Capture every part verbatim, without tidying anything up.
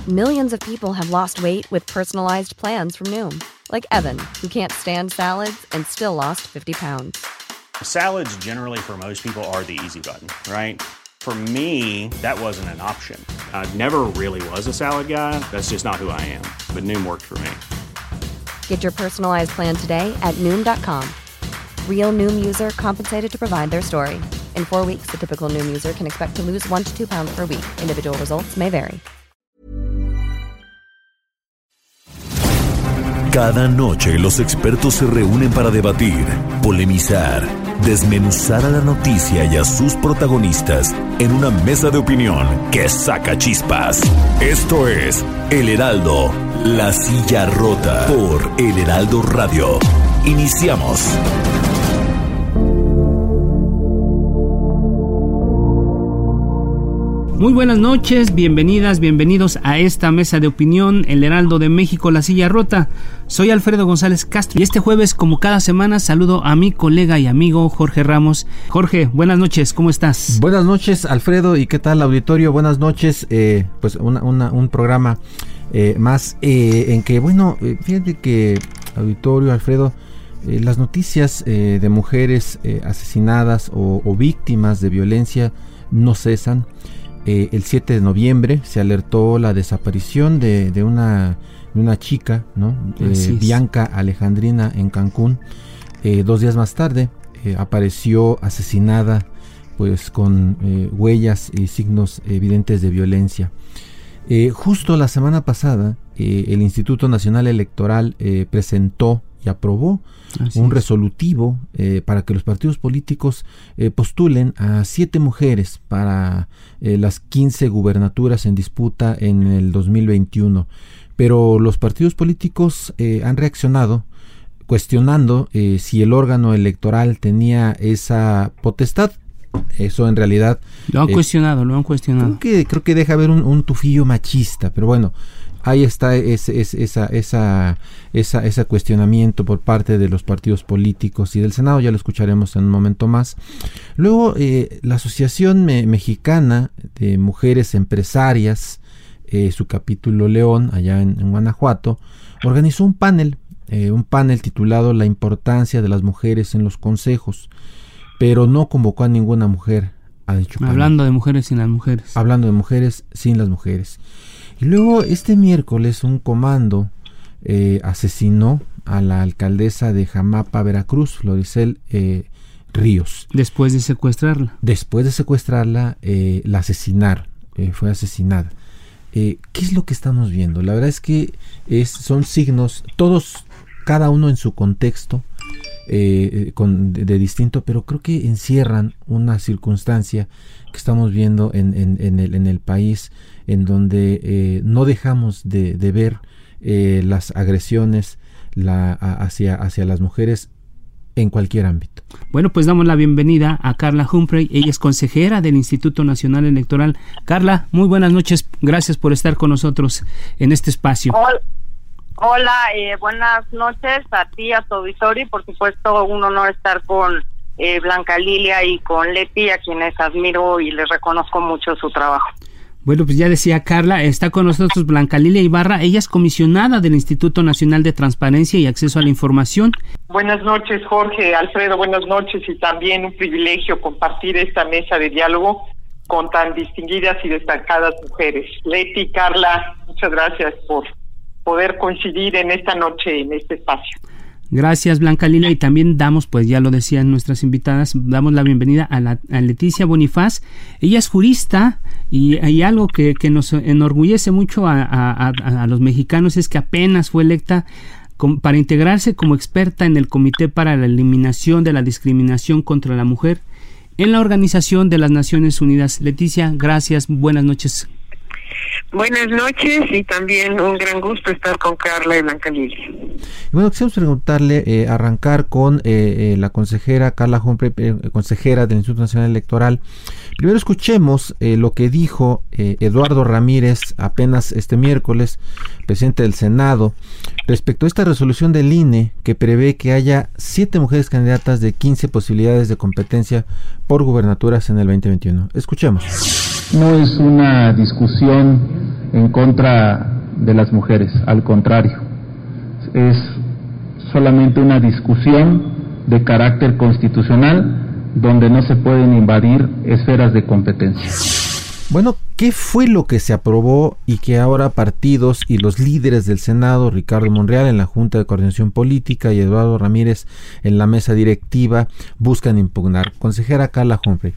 Millions of people have lost weight with personalized plans from Noom. Like Evan, who can't stand salads and still lost fifty pounds. Salads generally for most people are the easy button, right? For me, that wasn't an option. I never really was a salad guy. That's just not who I am. But Noom worked for me. Get your personalized plan today at Noom dot com. Real Noom user compensated to provide their story. In four weeks, the typical Noom user can expect to lose one to two pounds per week. Individual results may vary. Cada noche los expertos se reúnen para debatir, polemizar, desmenuzar a la noticia y a sus protagonistas en una mesa de opinión que saca chispas. Esto es El Heraldo, La Silla Rota, por El Heraldo Radio. Iniciamos. Muy buenas noches, bienvenidas, bienvenidos a esta mesa de opinión, El Heraldo de México, La Silla Rota. Soy Alfredo González Castro y este jueves, como cada semana, saludo a mi colega y amigo Jorge Ramos. Jorge, buenas noches, ¿cómo estás? Buenas noches, Alfredo, ¿y qué tal, auditorio? Buenas noches, eh, pues una, una, un programa eh, más eh, en que, bueno, eh, fíjate que, auditorio, Alfredo, eh, las noticias eh, de mujeres eh, asesinadas o, o víctimas de violencia no cesan. Eh, el siete de noviembre se alertó la desaparición de, de, una, de una chica, ¿no? Eh, Bianca Alejandrina en Cancún. Eh, dos días más tarde eh, apareció asesinada, pues con eh, huellas y signos evidentes de violencia. Eh, justo la semana pasada, eh, el Instituto Nacional Electoral eh, presentó y aprobó Así un es. resolutivo eh, para que los partidos políticos eh, postulen a siete mujeres para eh, las quince gubernaturas en disputa en el dos mil veintiuno. Pero los partidos políticos eh, han reaccionado cuestionando eh, si el órgano electoral tenía esa potestad. Eso en realidad... Lo han eh, cuestionado, lo han cuestionado. Creo que, creo que deja ver un, un tufillo machista, pero bueno... Ahí está ese, ese, esa, esa, esa, ese cuestionamiento por parte de los partidos políticos y del Senado, ya lo escucharemos en un momento más. Luego, eh, la Asociación Me- Mexicana de Mujeres Empresarias, eh, su capítulo León, allá en, en Guanajuato, organizó un panel, eh, un panel titulado La importancia de las mujeres en los consejos, pero no convocó a ninguna mujer a dicho panel. Hablando de mujeres sin las mujeres. Hablando de mujeres sin las mujeres. Y luego este miércoles un comando eh, asesinó a la alcaldesa de Jamapa, Veracruz, Floricel eh, Ríos. Después de secuestrarla. Después de secuestrarla, eh, la asesinaron, eh, fue asesinada. Eh, ¿Qué es lo que estamos viendo? La verdad es que es, son signos, todos, cada uno en su contexto, eh, con, de, de distinto, pero creo que encierran una circunstancia que estamos viendo en, en, en, el, en el país, en donde eh, no dejamos de, de ver eh, las agresiones la, a, hacia, hacia las mujeres en cualquier ámbito. Bueno, pues damos la bienvenida a Carla Humphrey. Ella es consejera del Instituto Nacional Electoral. Carla, muy buenas noches. Gracias por estar con nosotros en este espacio. Hola, hola eh, buenas noches a ti, a tu auditorio, y por supuesto un honor estar con eh, Blanca Lilia y con Leti, a quienes admiro y les reconozco mucho su trabajo. Bueno, pues ya decía Carla, está con nosotros Blanca Lilia Ibarra. Ella es comisionada del Instituto Nacional de Transparencia y Acceso a la Información. Buenas noches, Jorge, Alfredo, buenas noches, y también un privilegio compartir esta mesa de diálogo con tan distinguidas y destacadas mujeres. Leti, Carla, muchas gracias por poder coincidir en esta noche, en este espacio. Gracias, Blanca Lilia, y también damos, pues ya lo decían nuestras invitadas, damos la bienvenida a, la, a Leticia Bonifaz. Ella es jurista y hay algo que, que nos enorgullece mucho a, a, a, a los mexicanos es que apenas fue electa com, para integrarse como experta en el Comité para la Eliminación de la Discriminación contra la Mujer en la Organización de las Naciones Unidas. Leticia, gracias, buenas noches. Buenas noches y también un gran gusto estar con Carla y Blanca Lilia. Bueno, quisiéramos preguntarle, eh, arrancar con eh, eh, la consejera Carla Humphrey, eh, consejera del Instituto Nacional Electoral. Primero escuchemos eh, lo que dijo eh, Eduardo Ramírez apenas este miércoles, presidente del Senado, respecto a esta resolución del I N E que prevé que haya siete mujeres candidatas de quince posibilidades de competencia por gubernaturas en el veinte veintiuno. Escuchemos. no es una discusión en contra de las mujeres, al contrario, es solamente una discusión de carácter constitucional donde no se pueden invadir esferas de competencia. Bueno, ¿qué fue lo que se aprobó y que ahora partidos y los líderes del Senado, Ricardo Monreal en la Junta de Coordinación Política y Eduardo Ramírez en la mesa directiva, buscan impugnar? Consejera Carla Humphrey.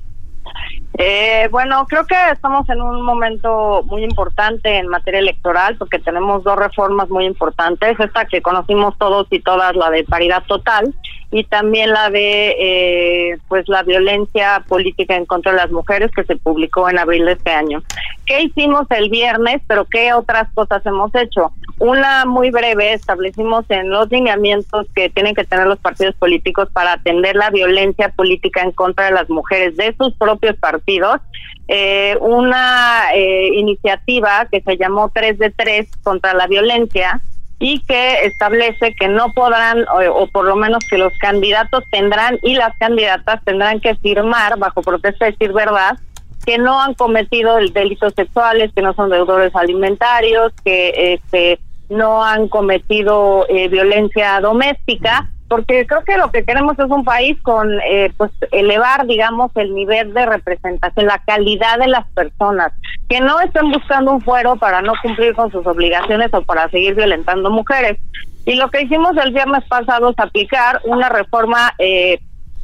Eh, bueno, creo que estamos en un momento muy importante en materia electoral porque tenemos dos reformas muy importantes, esta que conocimos todos y todas, la de paridad total, y también la de eh, pues la violencia política en contra de las mujeres, que se publicó en abril de este año. ¿Qué hicimos el viernes? Pero ¿qué otras cosas hemos hecho? Una muy breve, establecimos en los lineamientos que tienen que tener los partidos políticos para atender la violencia política en contra de las mujeres de sus propios partidos, eh, una eh, iniciativa que se llamó tres de tres contra la violencia, y que establece que no podrán, o, o por lo menos que los candidatos tendrán y las candidatas tendrán que firmar, bajo protesta de decir verdad, que no han cometido delitos sexuales, que no son deudores alimentarios, que este no han cometido eh, violencia doméstica, porque creo que lo que queremos es un país con, eh, pues, elevar, digamos, el nivel de representación, la calidad de las personas, que no estén buscando un fuero para no cumplir con sus obligaciones o para seguir violentando mujeres. Y lo que hicimos el viernes pasado es aplicar una reforma eh,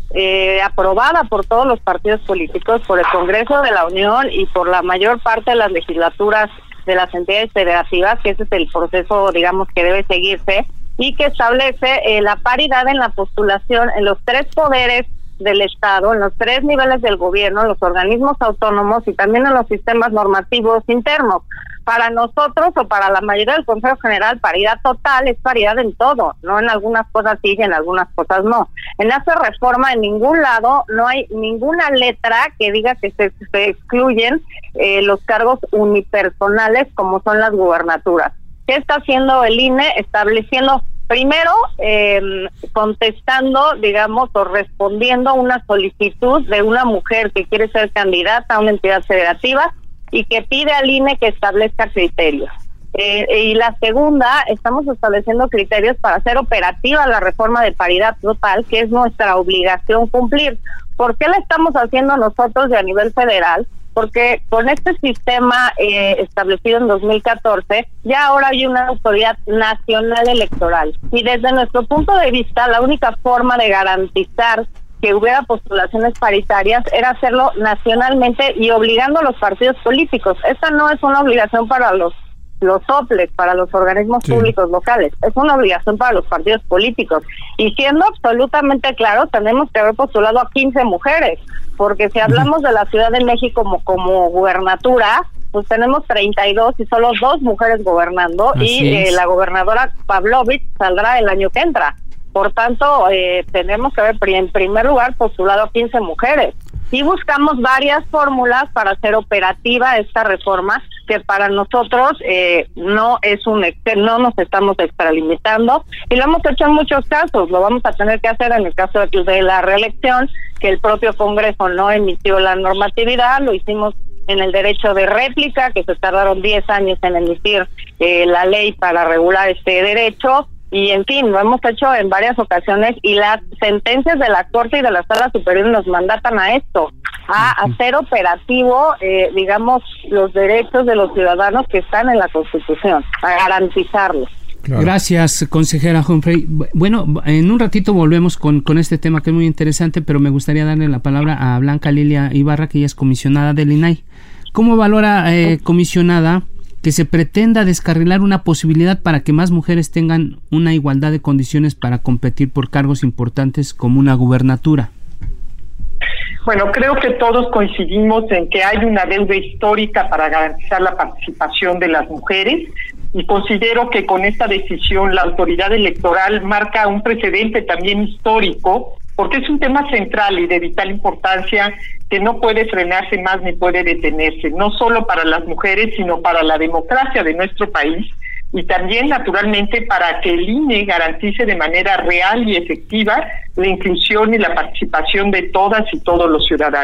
eh, aprobada por todos los partidos políticos, por el Congreso de la Unión y por la mayor parte de las legislaturas de las entidades federativas, que ese es el proceso, digamos, que debe seguirse, y que establece eh, la paridad en la postulación en los tres poderes del Estado, en los tres niveles del gobierno, en los organismos autónomos y también en los sistemas normativos internos. Para nosotros o para la mayoría del Consejo General, paridad total es paridad en todo, no en algunas cosas sí y en algunas cosas no. En esa reforma en ningún lado no hay ninguna letra que diga que se, se excluyen eh, los cargos unipersonales como son las gubernaturas. ¿Qué está haciendo el I N E? Estableciendo, primero, eh, contestando, digamos, o respondiendo a una solicitud de una mujer que quiere ser candidata a una entidad federativa y que pide al I N E que establezca criterios. Eh, y la segunda, estamos estableciendo criterios para hacer operativa la reforma de paridad total, que es nuestra obligación cumplir. ¿Por qué la estamos haciendo nosotros de a nivel federal? Porque con este sistema eh, establecido en dos mil catorce, ya ahora hay una autoridad nacional electoral. Y desde nuestro punto de vista, la única forma de garantizar que hubiera postulaciones paritarias era hacerlo nacionalmente y obligando a los partidos políticos. Esta no es una obligación para los los O P L E S, para los organismos sí. públicos locales, es una obligación para los partidos políticos. Y siendo absolutamente claro, tenemos que haber postulado a quince mujeres, porque si hablamos de la Ciudad de México como, como gubernatura, pues tenemos treinta y dos y solo dos mujeres gobernando. Así y eh, la gobernadora Pavlovich saldrá el año que entra. Por tanto, eh, tenemos que haber en primer lugar postulado a quince mujeres. Y buscamos varias fórmulas para hacer operativa esta reforma, que para nosotros eh, no es un no nos estamos extralimitando, y lo hemos hecho en muchos casos. Lo vamos a tener que hacer en el caso de, de la reelección, que el propio Congreso no emitió la normatividad. Lo hicimos en el derecho de réplica, que se tardaron diez años en emitir eh, la ley para regular este derecho. Y en fin, lo hemos hecho en varias ocasiones y las sentencias de la Corte y de la Sala Superior nos mandatan a esto, a hacer operativo, eh, digamos, los derechos de los ciudadanos que están en la Constitución, a garantizarlos. Claro. Gracias, consejera Humphrey. Bueno, en un ratito volvemos con, con este tema que es muy interesante, pero me gustaría darle la palabra a Blanca Lilia Ibarra, que ella es comisionada del I N A I. ¿Cómo valora, eh, comisionada, que se pretenda descarrilar una posibilidad para que más mujeres tengan una igualdad de condiciones para competir por cargos importantes como una gubernatura? Bueno, creo que todos coincidimos en que hay una deuda histórica para garantizar la participación de las mujeres, y considero que con esta decisión la autoridad electoral marca un precedente también histórico, porque es un tema central y de vital importancia que no puede frenarse más ni puede detenerse, no solo para las mujeres, sino para la democracia de nuestro país, y también, naturalmente, para que el I N E garantice de manera real y efectiva la inclusión y la participación de todas y todos los ciudadanos.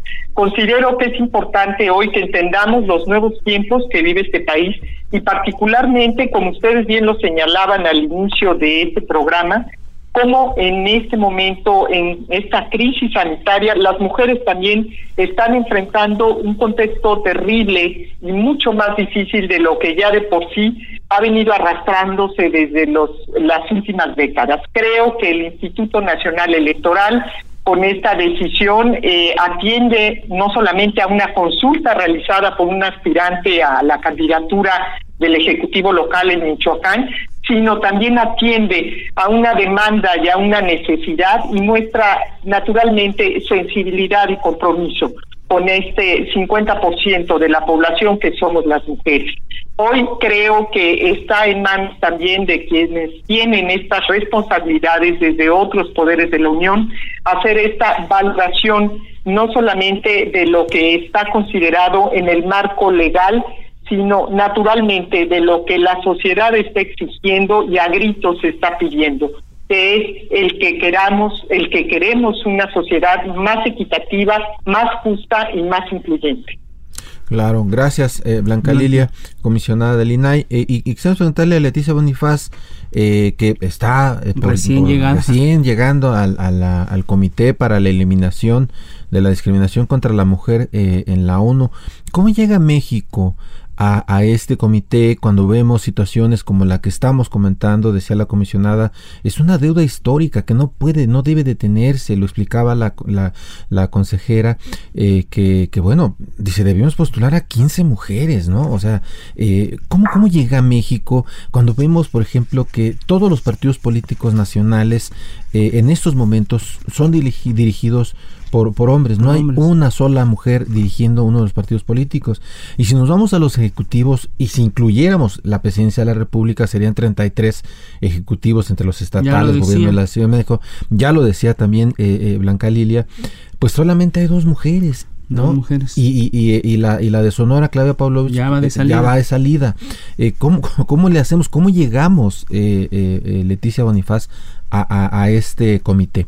Considero que es importante hoy que entendamos los nuevos tiempos que vive este país y particularmente, como ustedes bien lo señalaban al inicio de este programa, cómo en este momento, en esta crisis sanitaria, las mujeres también están enfrentando un contexto terrible y mucho más difícil de lo que ya de por sí ha venido arrastrándose desde los las últimas décadas. Creo que el Instituto Nacional Electoral, con esta decisión, eh, atiende no solamente a una consulta realizada por un aspirante a la candidatura del Ejecutivo local en Michoacán, sino también atiende a una demanda y a una necesidad y muestra naturalmente sensibilidad y compromiso con este cincuenta por ciento de la población que somos las mujeres. Hoy creo que está en manos también de quienes tienen estas responsabilidades desde otros poderes de la Unión, hacer esta valoración no solamente de lo que está considerado en el marco legal, sino naturalmente de lo que la sociedad está exigiendo y a gritos está pidiendo, que es el que queramos, el que queremos una sociedad más equitativa, más justa y más incluyente. Claro, gracias eh, Blanca Lilia, comisionada del I N A I. Eh, y, y quisiera preguntarle a Leticia Bonifaz, eh, que está eh, por, recién, por, llegando. recién llegando al, a la, al Comité para la Eliminación de la Discriminación contra la Mujer eh, en la ONU. ¿Cómo llega México A, a este comité cuando vemos situaciones como la que estamos comentando? Decía la comisionada, es una deuda histórica que no puede, no debe detenerse, lo explicaba la, la, la consejera, eh, que, que bueno, dice, debemos postular a quince mujeres, ¿no? O sea, eh, ¿cómo, cómo llega México cuando vemos, por ejemplo, que todos los partidos políticos nacionales eh, en estos momentos son dirigi- dirigidos Por, por hombres, no hay hombres. Una sola mujer dirigiendo uno de los partidos políticos? Y si nos vamos a los ejecutivos, y si incluyéramos la presidencia de la República, serían treinta y tres ejecutivos entre los estatales, gobierno de la Ciudad de México. Ya lo decía también eh, eh, Blanca Lilia, pues solamente hay dos mujeres, ¿no? Dos mujeres. Y, y, y, y, la, y la de Sonora, Claudia Pavlovich, ya va de salida. Ya va de salida. Eh, ¿cómo, ¿Cómo le hacemos? ¿Cómo llegamos, eh, eh, eh, Leticia Bonifaz, a, a, a este comité?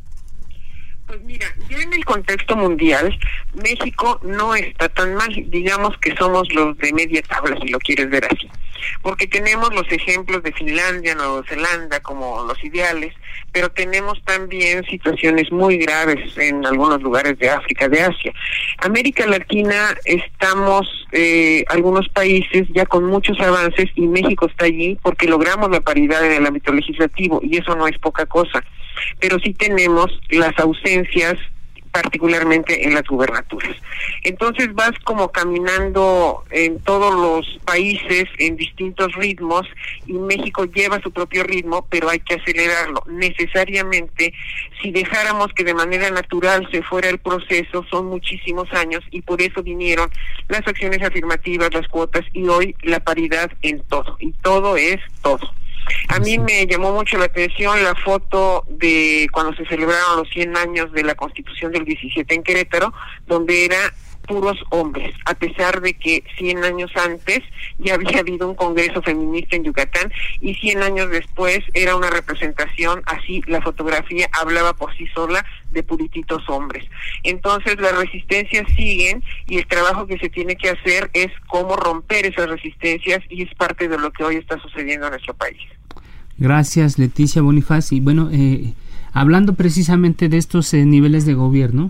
Pues mira, ya en el contexto mundial, México no está tan mal, digamos que somos los de media tabla, si lo quieres ver así, porque tenemos los ejemplos de Finlandia, Nueva Zelanda como los ideales, pero tenemos también situaciones muy graves en algunos lugares de África, de Asia. América Latina estamos, eh, algunos países ya con muchos avances, y México está allí porque logramos la paridad en el ámbito legislativo, y eso no es poca cosa. Pero sí tenemos las ausencias, particularmente en las gubernaturas. Entonces vas como caminando en todos los países en distintos ritmos, y México lleva su propio ritmo, pero hay que acelerarlo. Necesariamente, si dejáramos que de manera natural se fuera el proceso, son muchísimos años, y por eso vinieron las acciones afirmativas, las cuotas, y hoy la paridad en todo, y todo es todo. A mí me llamó mucho la atención la foto de cuando se celebraron los cien años de la Constitución del diecisiete en Querétaro, donde era puros hombres, a pesar de que cien años antes ya había habido un congreso feminista en Yucatán, y cien años después era una representación así, la fotografía hablaba por sí sola de purititos hombres. Entonces las resistencias siguen, y el trabajo que se tiene que hacer es cómo romper esas resistencias, y es parte de lo que hoy está sucediendo en nuestro país. Gracias, Leticia Bonifaz. Y bueno, eh, hablando precisamente de estos eh, niveles de gobierno,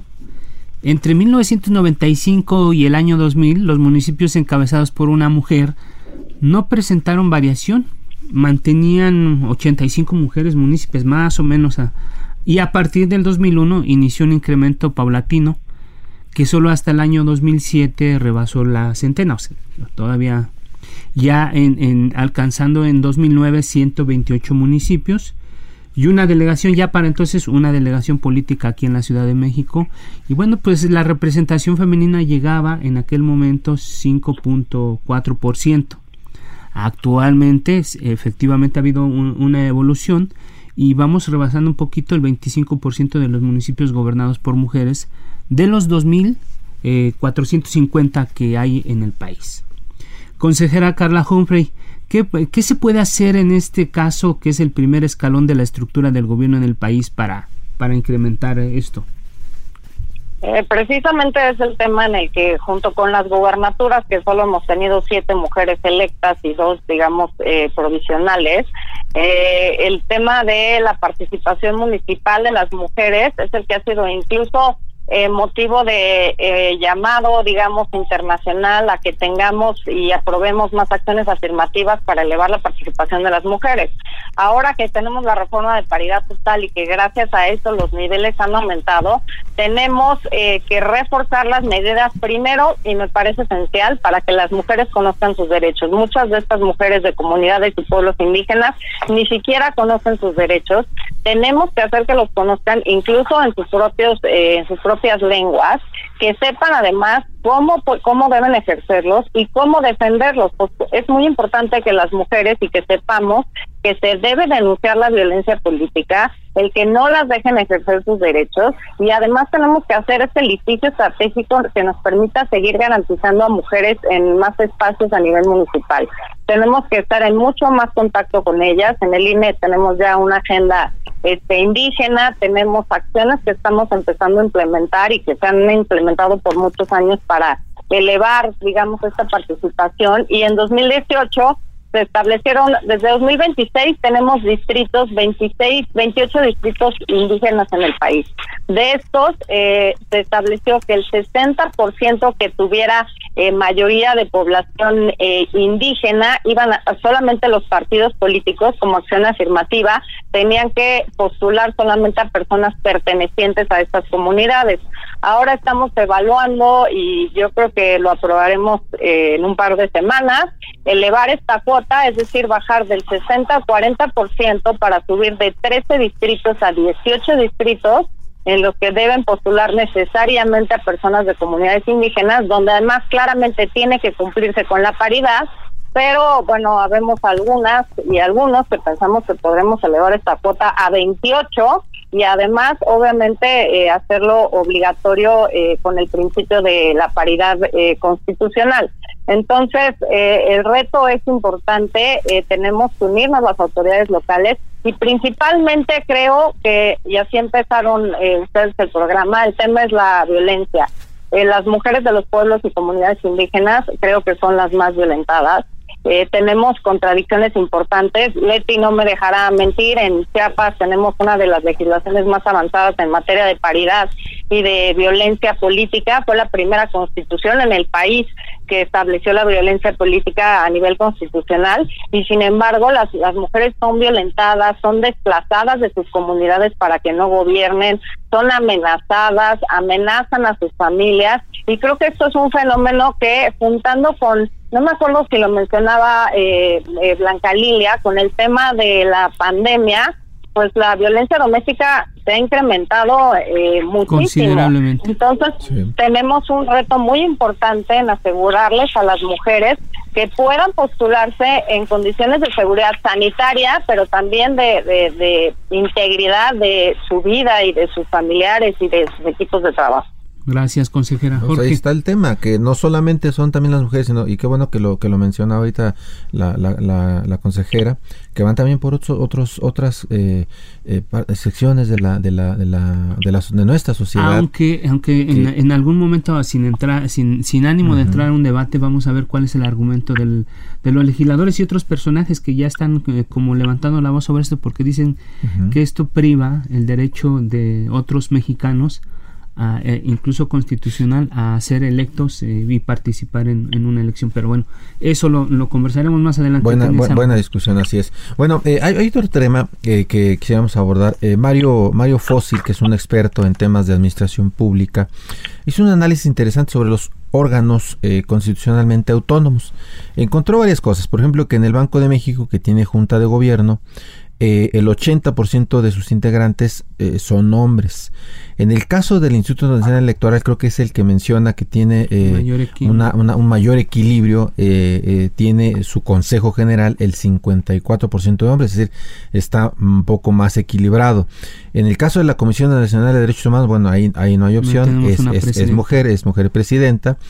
entre mil novecientos noventa y cinco y el año dos mil, los municipios encabezados por una mujer no presentaron variación, mantenían ochenta y cinco mujeres municipios más o menos, a, y a partir del dos mil uno inició un incremento paulatino que solo hasta el año dos mil siete rebasó la centena, o sea, todavía ya en, en alcanzando en dos mil nueve ciento veintiocho municipios, y una delegación, ya para entonces una delegación política aquí en la Ciudad de México. Y bueno, pues la representación femenina llegaba en aquel momento cinco punto cuatro por ciento. Actualmente efectivamente ha habido un, una evolución, y vamos rebasando un poquito el veinticinco por ciento de los municipios gobernados por mujeres de los dos mil cuatrocientos cincuenta que hay en el país. Consejera Carla Humphrey, ¿Qué, ¿Qué se puede hacer en este caso, que es el primer escalón de la estructura del gobierno en el país, para, para incrementar esto? Eh, precisamente es el tema en el que junto con las gubernaturas, que solo hemos tenido siete mujeres electas y dos, digamos, eh, provisionales, eh, el tema de la participación municipal de las mujeres es el que ha sido incluso Eh, motivo de eh, llamado, digamos, internacional a que tengamos y aprobemos más acciones afirmativas para elevar la participación de las mujeres. Ahora que tenemos la reforma de paridad total y que gracias a eso los niveles han aumentado, tenemos eh, que reforzar las medidas primero, y me parece esencial, para que las mujeres conozcan sus derechos. Muchas de estas mujeres de comunidades y pueblos indígenas ni siquiera conocen sus derechos. Tenemos que hacer que los conozcan incluso en sus propios eh, en sus propias lenguas, que sepan además cómo cómo deben ejercerlos y cómo defenderlos. Pues es muy importante que las mujeres y que sepamos que se debe denunciar la violencia política, el que no las dejen ejercer sus derechos, y además tenemos que hacer este litigio estratégico que nos permita seguir garantizando a mujeres en más espacios a nivel municipal. Tenemos que estar en mucho más contacto con ellas. En el I N E tenemos ya una agenda este indígena, tenemos acciones que estamos empezando a implementar y que se han implementado por muchos años para elevar, digamos, esta participación, y en dos mil dieciocho se establecieron, desde dos mil veintiséis tenemos distritos, veintiséis, veintiocho distritos indígenas en el país. De estos, eh, se estableció que el sesenta por ciento que tuviera eh, mayoría de población eh, indígena, iban a, solamente los partidos políticos, como acción afirmativa, tenían que postular solamente a personas pertenecientes a estas comunidades. Ahora estamos evaluando, y yo creo que lo aprobaremos eh, en un par de semanas, elevar esta cuota, es decir, bajar del sesenta al cuarenta por ciento para subir de trece distritos a dieciocho distritos, en los que deben postular necesariamente a personas de comunidades indígenas, donde además claramente tiene que cumplirse con la paridad, pero bueno, habemos algunas y algunos que pensamos que podremos elevar esta cuota a veintiocho, y además obviamente eh, hacerlo obligatorio eh, con el principio de la paridad eh, constitucional. Entonces, eh, el reto es importante, eh, tenemos que unirnos las autoridades locales, y principalmente creo que, y así empezaron eh, ustedes el programa, el tema es la violencia. Eh, las mujeres de los pueblos y comunidades indígenas creo que son las más violentadas. Eh, tenemos contradicciones importantes. Leti no me dejará mentir, en Chiapas tenemos una de las legislaciones más avanzadas en materia de paridad y de violencia política. Fue la primera constitución en el país que estableció la violencia política a nivel constitucional, y sin embargo las, las mujeres son violentadas, son desplazadas de sus comunidades para que no gobiernen, son amenazadas, amenazan a sus familias, y creo que esto es un fenómeno que, juntando con, no me acuerdo si lo mencionaba eh, eh, Blanca Lilia, con el tema de la pandemia, pues la violencia doméstica se ha incrementado eh, muchísimo. Considerablemente. Entonces, sí, tenemos un reto muy importante en asegurarles a las mujeres que puedan postularse en condiciones de seguridad sanitaria, pero también de, de, de integridad de su vida y de sus familiares y de sus equipos de trabajo. Gracias, consejera. Jorge. Pues ahí está el tema, que no solamente son también las mujeres, sino, y qué bueno que lo que lo menciona ahorita la, la, la, la consejera, que van también por otros otros otras eh, eh, secciones de la de la de la de, la, de nuestra sociedad. Aunque aunque en, en algún momento, sin entrar sin sin ánimo uh-huh. de entrar en un debate, vamos a ver cuál es el argumento del de los legisladores y otros personajes que ya están eh, como levantando la voz sobre esto, porque dicen uh-huh. que esto priva el derecho de otros mexicanos, A, eh, incluso constitucional, a ser electos eh, y participar en, en una elección. Pero bueno, eso lo, lo conversaremos más adelante. Buena, bu- buena discusión, así es. Bueno, eh, hay, hay otro tema eh, que quisiéramos abordar. Eh, Mario, Mario Fósil, que es un experto en temas de administración pública, hizo un análisis interesante sobre los órganos eh, constitucionalmente autónomos. Encontró varias cosas. Por ejemplo, que en el Banco de México, que tiene junta de gobierno, Eh, el ochenta por ciento de sus integrantes eh, son hombres. En el caso del Instituto Nacional Electoral, creo que es el que menciona que tiene eh, mayor una, una, un mayor equilibrio, eh, eh, tiene su Consejo General el cincuenta y cuatro por ciento de hombres, es decir, está un poco más equilibrado. En el caso de la Comisión Nacional de Derechos Humanos, bueno, ahí, ahí no hay opción, no es, es, es mujer, es mujer presidenta.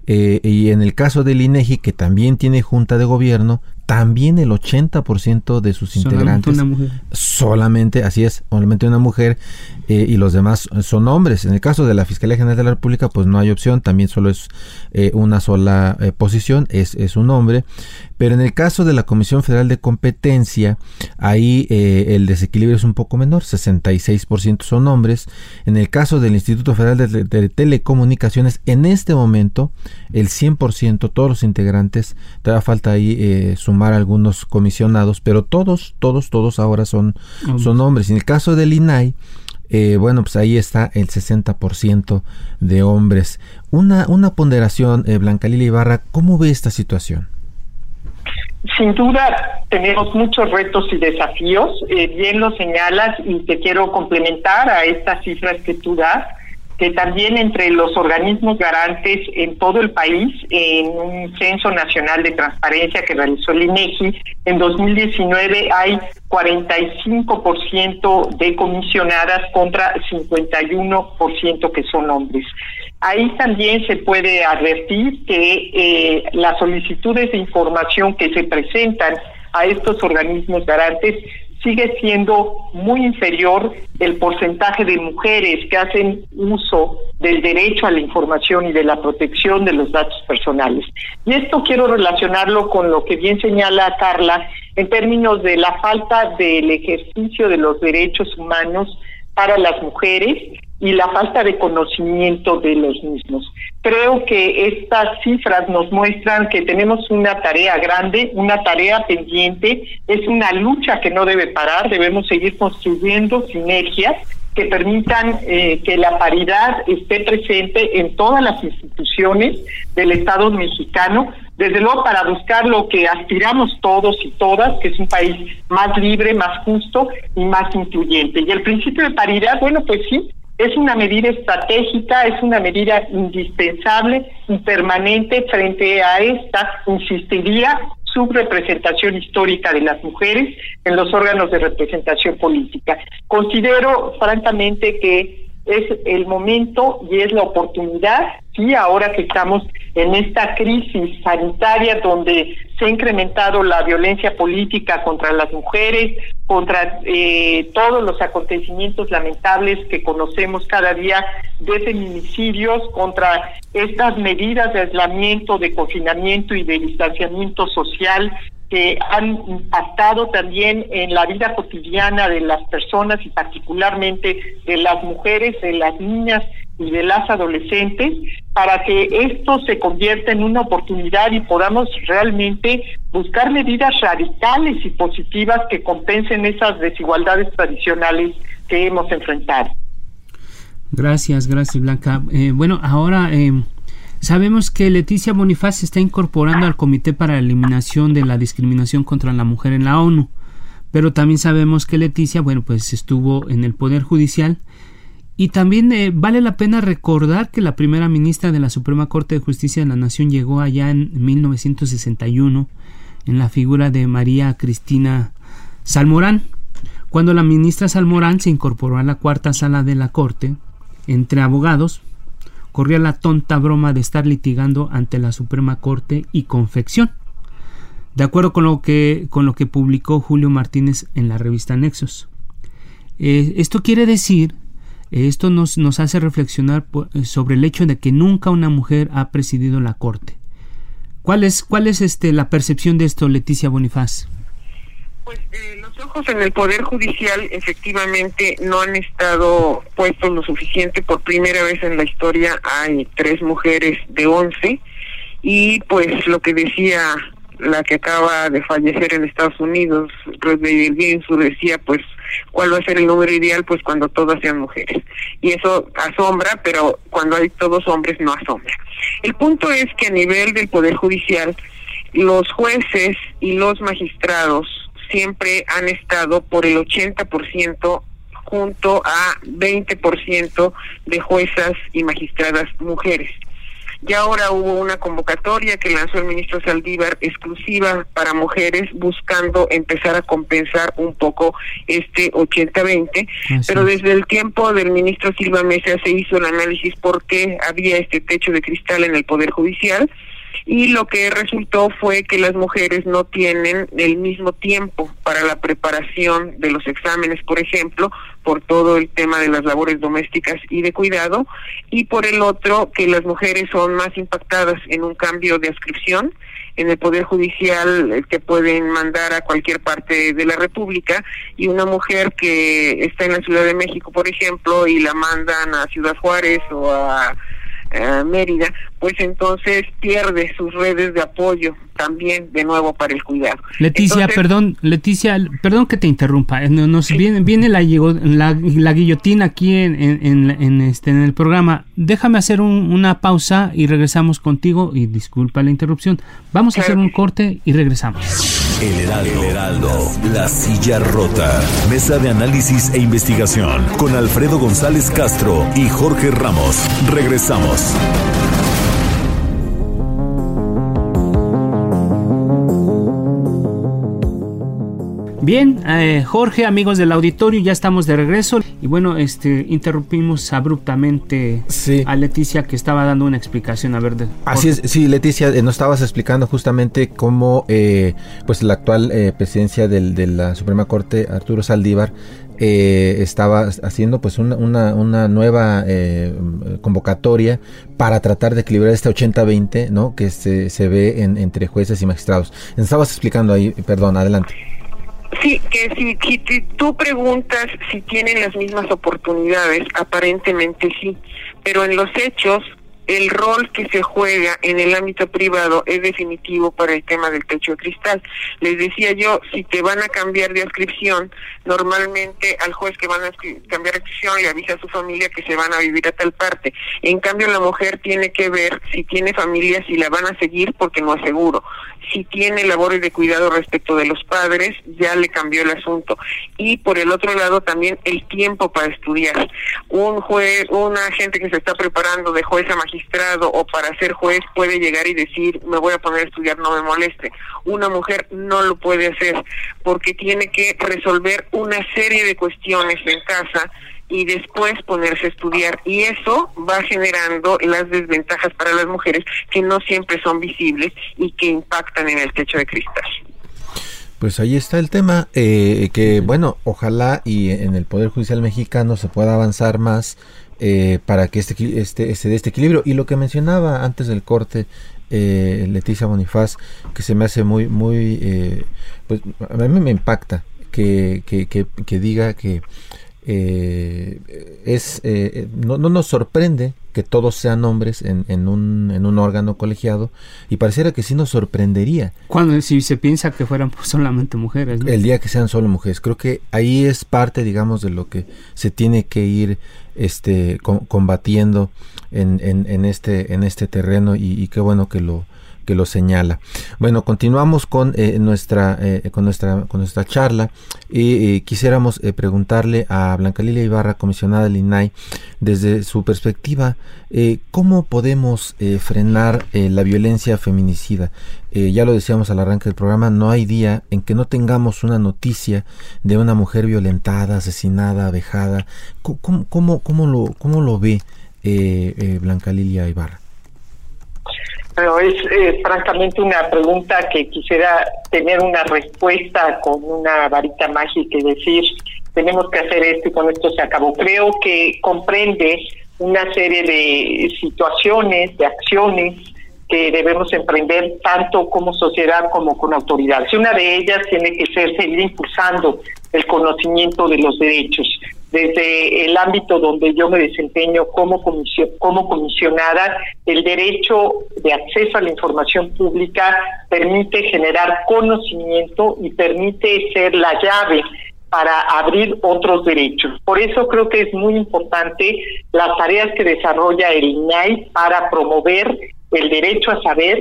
eh, y en el caso del INEGI, que también tiene junta de gobierno, también el ochenta por ciento de sus integrantes solamente una mujer. Solamente, así es, solamente una mujer, eh, y los demás son hombres. En el caso de la Fiscalía General de la República, pues no hay opción, también solo es eh, una sola eh, posición, es, es un hombre. Pero en el caso de la Comisión Federal de Competencia, ahí eh, el desequilibrio es un poco menor, sesenta y seis por ciento son hombres. En el caso del Instituto Federal de, de, de Telecomunicaciones, en este momento, el cien por ciento, todos los integrantes, todavía falta ahí eh, sumar algunos comisionados, pero todos, todos, todos ahora son, hombres. son hombres. En el caso del I N A I, eh, bueno, pues ahí está el sesenta por ciento de hombres. Una, una ponderación, eh, Blanca Lilia Ibarra, ¿cómo ve esta situación? Sin duda tenemos muchos retos y desafíos, eh, bien lo señalas, y te quiero complementar a estas cifras que tú das, que también entre los organismos garantes en todo el país, en un censo nacional de transparencia que realizó el INEGI, en dos mil diecinueve hay cuarenta y cinco por ciento de comisionadas contra cincuenta y uno por ciento que son hombres. Ahí también se puede advertir que eh, las solicitudes de información que se presentan a estos organismos garantes sigue siendo muy inferior el porcentaje de mujeres que hacen uso del derecho a la información y de la protección de los datos personales. Y esto quiero relacionarlo con lo que bien señala Carla en términos de la falta del ejercicio de los derechos humanos para las mujeres y la falta de conocimiento de los mismos. Creo que estas cifras nos muestran que tenemos una tarea grande, una tarea pendiente, es una lucha que no debe parar, debemos seguir construyendo sinergias que permitan eh, que la paridad esté presente en todas las instituciones del Estado mexicano, desde luego para buscar lo que aspiramos todos y todas, que es un país más libre, más justo y más incluyente. Y el principio de paridad, bueno, pues sí, es una medida estratégica, es una medida indispensable y permanente frente a esta, insistiría, subrepresentación histórica de las mujeres en los órganos de representación política. Considero francamente que es el momento y es la oportunidad, sí, ahora que estamos en esta crisis sanitaria donde se ha incrementado la violencia política contra las mujeres, contra eh, todos los acontecimientos lamentables que conocemos cada día de feminicidios, contra estas medidas de aislamiento, de confinamiento y de distanciamiento social que han impactado también en la vida cotidiana de las personas y particularmente de las mujeres, de las niñas y de las adolescentes, para que esto se convierta en una oportunidad y podamos realmente buscar medidas radicales y positivas que compensen esas desigualdades tradicionales que hemos enfrentado. Gracias, gracias Blanca. Eh, bueno, ahora eh, sabemos que Leticia Bonifaz se está incorporando al Comité para la Eliminación de la Discriminación contra la Mujer en la ONU, pero también sabemos que Leticia, bueno, pues estuvo en el Poder Judicial. Y también eh, vale la pena recordar que la primera ministra de la Suprema Corte de Justicia de la Nación llegó allá en mil novecientos sesenta y uno en la figura de María Cristina Salmorán. Cuando la ministra Salmorán se incorporó a la cuarta sala de la Corte, entre abogados, corría la tonta broma de estar litigando ante la Suprema Corte y confección, de acuerdo con lo que, con lo que publicó Julio Martínez en la revista Nexos. Eh, esto quiere decir Esto nos, nos hace reflexionar sobre el hecho de que nunca una mujer ha presidido la Corte. ¿Cuál es, cuál es este, la percepción de esto, Leticia Bonifaz? Pues eh, los ojos en el Poder Judicial efectivamente no han estado puestos lo suficiente. Por primera vez en la historia hay tres mujeres de once y pues lo que decía la que acaba de fallecer en Estados Unidos, Ruth Bader Ginsburg, decía pues cuál va a ser el número ideal, pues cuando todas sean mujeres, y eso asombra, pero cuando hay todos hombres no asombra. El punto es que a nivel del Poder Judicial los jueces y los magistrados siempre han estado por el ochenta por ciento junto a veinte por ciento de juezas y magistradas mujeres. Y ahora hubo una convocatoria que lanzó el ministro Saldívar exclusiva para mujeres, buscando empezar a compensar un poco este ochenta veinte, ah, sí. Pero desde el tiempo del ministro Silva Mesa se hizo el análisis por qué había este techo de cristal en el Poder Judicial, y lo que resultó fue que las mujeres no tienen el mismo tiempo para la preparación de los exámenes, por ejemplo, por todo el tema de las labores domésticas y de cuidado, y por el otro, que las mujeres son más impactadas en un cambio de adscripción. En el Poder Judicial te pueden mandar a cualquier parte de la República, y una mujer que está en la Ciudad de México, por ejemplo, y la mandan a Ciudad Juárez o a Uh, Mérida, pues entonces pierde sus redes de apoyo también de nuevo para el cuidado. Leticia, entonces, perdón, Leticia, perdón que te interrumpa, nos sí. viene, viene la, la, la guillotina aquí en, en, en, en, este, en el programa. Déjame hacer un, una pausa y regresamos contigo, y disculpa la interrupción. Vamos claro a hacer un corte y regresamos. El Heraldo, El Heraldo, La Silla Rota, mesa de análisis e investigación con Alfredo González Castro y Jorge Ramos. Regresamos. Bien, eh, Jorge, amigos del auditorio, ya estamos de regreso. Y bueno, este interrumpimos abruptamente sí. a Leticia, que estaba dando una explicación. A ver, de, así es, sí, Leticia, eh, nos estabas explicando justamente cómo eh, pues la actual eh, presidencia del, de la Suprema Corte, Arturo Saldívar, eh, estaba haciendo pues una, una, una nueva eh, convocatoria para tratar de equilibrar este ochenta veinte, ¿no?, que se, se ve en, entre jueces y magistrados. Nos estabas explicando ahí, perdón, adelante. Sí, que si, si tú preguntas si tienen las mismas oportunidades, aparentemente sí, pero en los hechos el rol que se juega en el ámbito privado es definitivo para el tema del techo de cristal. Les decía yo, si te van a cambiar de adscripción, normalmente al juez que van a cambiar de adscripción le avisa a su familia que se van a vivir a tal parte. En cambio, la mujer tiene que ver si tiene familia, si la van a seguir, porque no es seguro. Si tiene labores de cuidado respecto de los padres, ya le cambió el asunto. Y por el otro lado también el tiempo para estudiar. Un juez, una gente que se está preparando de juez a magistrado o para ser juez puede llegar y decir, me voy a poner a estudiar, no me moleste. Una mujer no lo puede hacer porque tiene que resolver una serie de cuestiones en casa y después ponerse a estudiar, y eso va generando las desventajas para las mujeres que no siempre son visibles y que impactan en el techo de cristal. Pues ahí está el tema, eh, que bueno, ojalá y en el Poder Judicial mexicano se pueda avanzar más eh, para que este, este, este, de este equilibrio. Y lo que mencionaba antes del corte, eh, Leticia Bonifaz, que se me hace muy, muy, eh, pues a mí me impacta que, que, que, que diga que Eh, es eh, no, no nos sorprende que todos sean hombres en, en un en un órgano colegiado, y pareciera que sí nos sorprendería cuando si se piensa que fueran solamente mujeres, ¿no? El día que sean solo mujeres. Creo que ahí es parte, digamos, de lo que se tiene que ir este com, combatiendo en, en, en este en este terreno, y, y qué bueno que lo que lo señala. Bueno, continuamos con eh, nuestra eh, con nuestra con nuestra charla, y eh, quisiéramos eh, preguntarle a Blanca Lilia Ibarra, comisionada del I N A I, desde su perspectiva, eh, ¿cómo podemos eh, frenar eh, la violencia feminicida? Eh, ya lo decíamos al arranque del programa, no hay día en que no tengamos una noticia de una mujer violentada, asesinada, vejada. ¿Cómo, cómo, cómo, lo, cómo lo ve eh, eh, Blanca Lilia Ibarra? Pero es eh, francamente una pregunta que quisiera tener una respuesta con una varita mágica y decir, tenemos que hacer esto y con esto se acabó. Creo que comprende una serie de situaciones, de acciones que debemos emprender tanto como sociedad como con autoridades. Y una de ellas tiene que ser seguir impulsando el conocimiento de los derechos. Desde el ámbito donde yo me desempeño como comisión, como comisionada, el derecho de acceso a la información pública permite generar conocimiento y permite ser la llave para abrir otros derechos. Por eso creo que es muy importante las tareas que desarrolla el I N A I para promover el derecho a saber,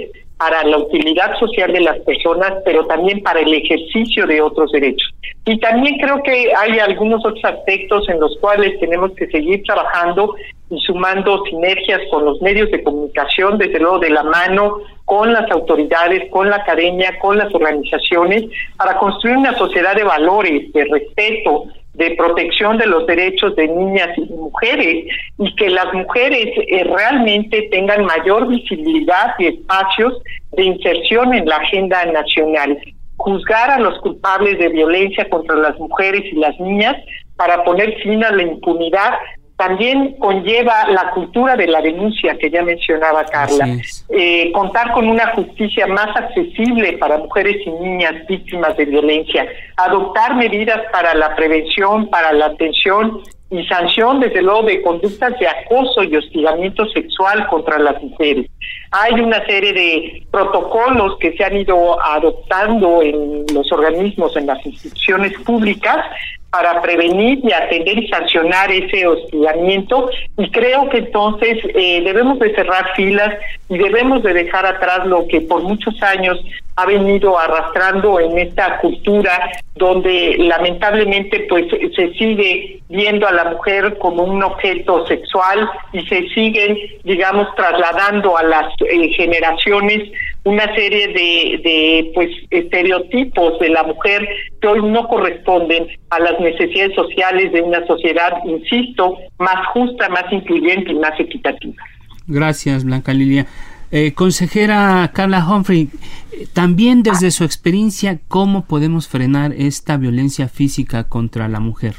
para la utilidad social de las personas, pero también para el ejercicio de otros derechos. Y también creo que hay algunos otros aspectos en los cuales tenemos que seguir trabajando y sumando sinergias con los medios de comunicación, desde luego de la mano con las autoridades, con la academia, con las organizaciones, para construir una sociedad de valores, de respeto, de protección de los derechos de niñas y mujeres, y que las mujeres eh, realmente tengan mayor visibilidad y espacios de inserción en la agenda nacional. Juzgar a los culpables de violencia contra las mujeres y las niñas para poner fin a la impunidad también conlleva la cultura de la denuncia que ya mencionaba Carla. Eh, contar con una justicia más accesible para mujeres y niñas víctimas de violencia, adoptar medidas para la prevención, para la atención y sanción, desde luego, de conductas de acoso y hostigamiento sexual contra las mujeres. Hay una serie de protocolos que se han ido adoptando en los organismos, en las instituciones públicas, para prevenir y atender y sancionar ese hostigamiento, y creo que entonces eh, debemos de cerrar filas y debemos de dejar atrás lo que por muchos años ha venido arrastrando en esta cultura donde lamentablemente pues se sigue viendo a la mujer como un objeto sexual y se siguen, digamos, trasladando a las eh, generaciones una serie de, de pues estereotipos de la mujer que hoy no corresponden a las necesidades sociales de una sociedad, insisto, más justa, más incluyente y más equitativa. Gracias, Blanca Lilia. Eh, consejera Carla Humphrey, también desde su experiencia, ¿cómo podemos frenar esta violencia física contra la mujer?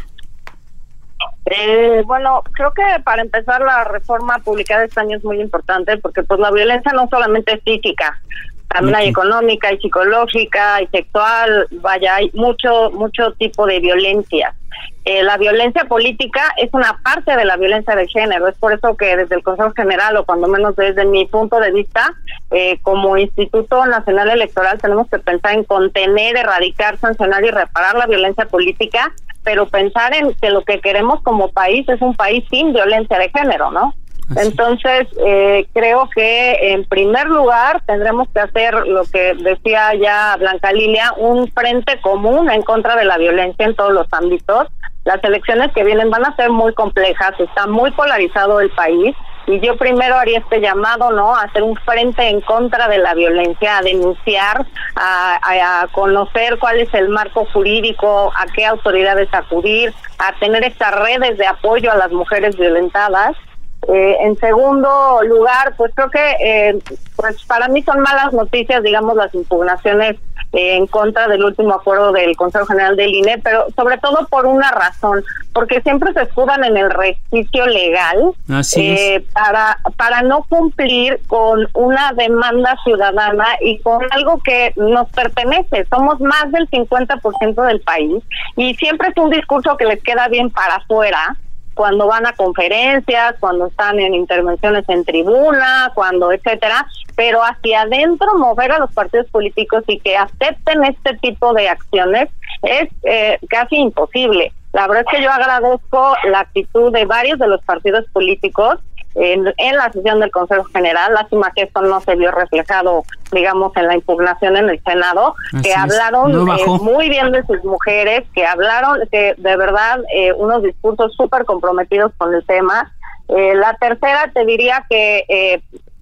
Eh, bueno, creo que para empezar la reforma publicada este año es muy importante porque pues la violencia no solamente es física, también hay económica y psicológica y sexual, vaya, hay mucho, mucho tipo de violencia. Eh, la violencia política es una parte de la violencia de género, es por eso que desde el Consejo General, o cuando menos desde mi punto de vista, eh, como Instituto Nacional Electoral tenemos que pensar en contener, erradicar, sancionar y reparar la violencia política, pero pensar en que lo que queremos como país es un país sin violencia de género, ¿no? Así. Entonces, eh, creo que en primer lugar tendremos que hacer lo que decía ya Blanca Lilia, un frente común en contra de la violencia en todos los ámbitos. Las elecciones que vienen van a ser muy complejas, está muy polarizado el país, y yo primero haría este llamado, ¿no?, a hacer un frente en contra de la violencia, a denunciar, a, a, a conocer cuál es el marco jurídico, a qué autoridades acudir, a tener estas redes de apoyo a las mujeres violentadas. Eh, en segundo lugar, pues creo que eh, pues para mí son malas noticias, digamos, las impugnaciones eh, en contra del último acuerdo del Consejo General del I N E, pero sobre todo por una razón, porque siempre se escudan en el resquicio legal. Así eh, es. para para no cumplir con una demanda ciudadana y con algo que nos pertenece. Somos más del cincuenta por ciento del país y siempre es un discurso que les queda bien para afuera, cuando van a conferencias, cuando están en intervenciones en tribuna, cuando etcétera, pero hacia adentro mover a los partidos políticos y que acepten este tipo de acciones es eh, casi imposible. La verdad es que yo agradezco la actitud de varios de los partidos políticos en, en la sesión del Consejo General. Lástima que esto no se vio reflejado, digamos, en la impugnación en el Senado. Así que hablaron no eh, muy bien de sus mujeres, que hablaron que de verdad eh, unos discursos súper comprometidos con el tema. Eh, la tercera, te diría que eh,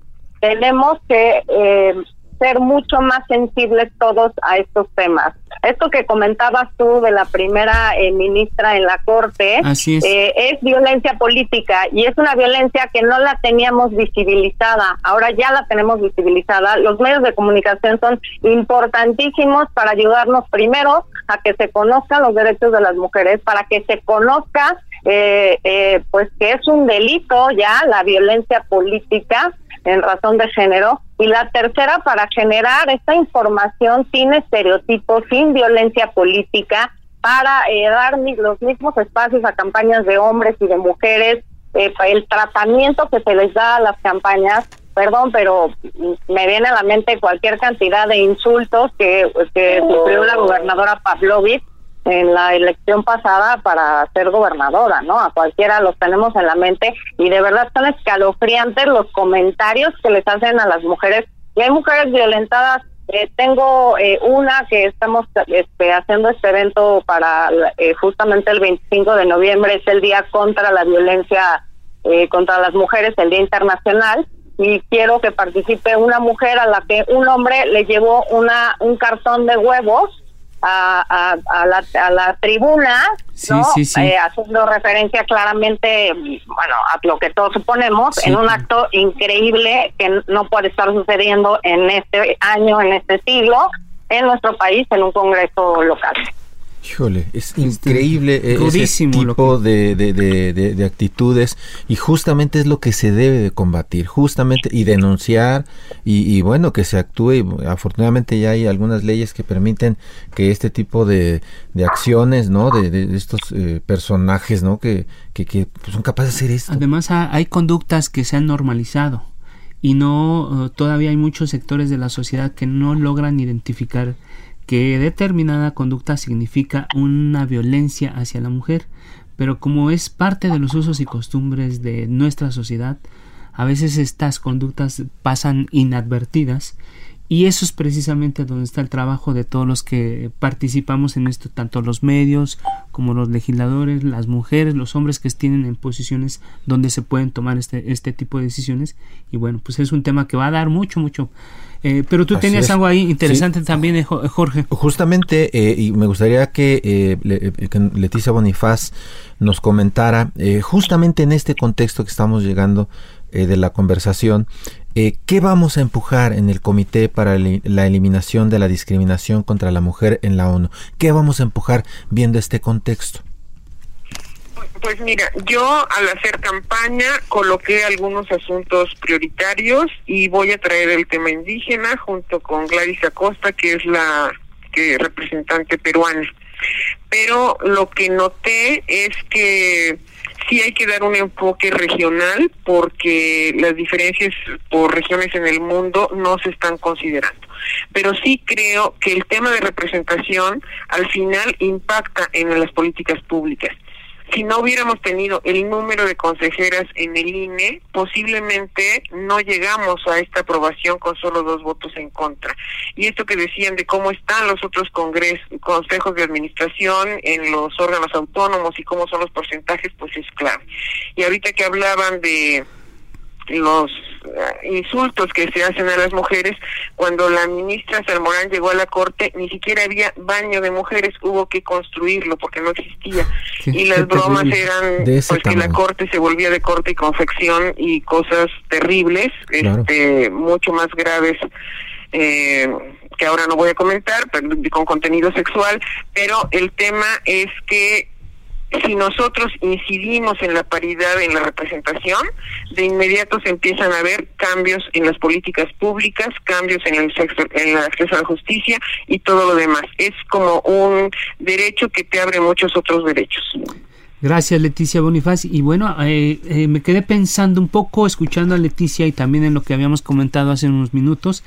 tenemos que eh, ser mucho más sensibles todos a estos temas. Esto que comentabas tú de la primera eh, ministra en la Corte Así es. Eh, es violencia política y es una violencia que no la teníamos visibilizada. Ahora ya la tenemos visibilizada. Los medios de comunicación son importantísimos para ayudarnos primero a que se conozcan los derechos de las mujeres, para que se conozca eh, eh, pues que es un delito ya la violencia política en razón de género, y la tercera para generar esta información sin estereotipos, sin violencia política, para eh, dar los mismos espacios a campañas de hombres y de mujeres, eh, el tratamiento que se les da a las campañas. Perdón, pero me viene a la mente cualquier cantidad de insultos que, que sufrió la gobernadora Pavlovich en la elección pasada para ser gobernadora, ¿no? A cualquiera los tenemos en la mente y de verdad son escalofriantes los comentarios que les hacen a las mujeres, y hay mujeres violentadas. Eh, tengo eh, una que estamos este, haciendo este evento para eh, justamente el veinticinco de noviembre, es el día contra la violencia eh, contra las mujeres, el Día Internacional, y quiero que participe una mujer a la que un hombre le llevó una un cartón de huevos a, a, a, la, a la tribuna, sí, ¿no? Sí, sí. Eh, haciendo referencia claramente, bueno, a lo que todos suponemos, sí, en un acto increíble que no puede estar sucediendo en este año, en este siglo, en nuestro país, en un congreso local. Híjole, es increíble este, ese tipo que... de, de, de, de, de actitudes, y justamente es lo que se debe de combatir, justamente, y denunciar, y, y bueno, que se actúe. Y afortunadamente ya hay algunas leyes que permiten que este tipo de, de acciones, ¿no? De, de, de estos eh, personajes, ¿no? Que, que, que pues, son capaces de hacer esto. Además hay conductas que se han normalizado, y no, uh, todavía hay muchos sectores de la sociedad que no logran identificar que determinada conducta significa una violencia hacia la mujer, pero como es parte de los usos y costumbres de nuestra sociedad, a veces estas conductas pasan inadvertidas, y eso es precisamente donde está el trabajo de todos los que participamos en esto, tanto los medios como los legisladores, las mujeres, los hombres que estén en posiciones donde se pueden tomar este, este tipo de decisiones. Y bueno, pues es un tema que va a dar mucho, mucho. Eh, pero tú Así tenías es. algo ahí interesante sí. también, eh, Jorge. Justamente, eh, y me gustaría que, eh, Le, que Leticia Bonifaz nos comentara, eh, justamente en este contexto que estamos llegando eh, de la conversación, eh, ¿qué vamos a empujar en el Comité para la Eliminación de la Discriminación contra la Mujer en la ONU? ¿Qué vamos a empujar viendo este contexto? Pues mira, yo al hacer campaña coloqué algunos asuntos prioritarios y voy a traer el tema indígena junto con Gladys Acosta, que es la que representante peruana. Pero lo que noté es que sí hay que dar un enfoque regional, porque las diferencias por regiones en el mundo no se están considerando. Pero sí creo que el tema de representación al final impacta en las políticas públicas. Si no hubiéramos tenido el número de consejeras en el I N E, posiblemente no llegamos a esta aprobación con solo dos votos en contra. Y esto que decían de cómo están los otros congresos, consejos de administración en los órganos autónomos y cómo son los porcentajes, pues es clave. Y ahorita que hablaban de los uh, insultos que se hacen a las mujeres, cuando la ministra Salmorán llegó a la corte, ni siquiera había baño de mujeres, hubo que construirlo porque no existía. Sí, y las bromas eran pues tamaño. Que la corte se volvía de corte y confección y cosas terribles, claro. este mucho más graves, eh, que ahora no voy a comentar, pero con contenido sexual. Pero el tema es que si nosotros incidimos en la paridad, en la representación, de inmediato se empiezan a ver cambios en las políticas públicas, cambios en el sexo, en el acceso a la justicia y todo lo demás. Es como un derecho que te abre muchos otros derechos. Gracias, Leticia Bonifaz. Y bueno, eh, eh, me quedé pensando un poco, escuchando a Leticia y también en lo que habíamos comentado hace unos minutos,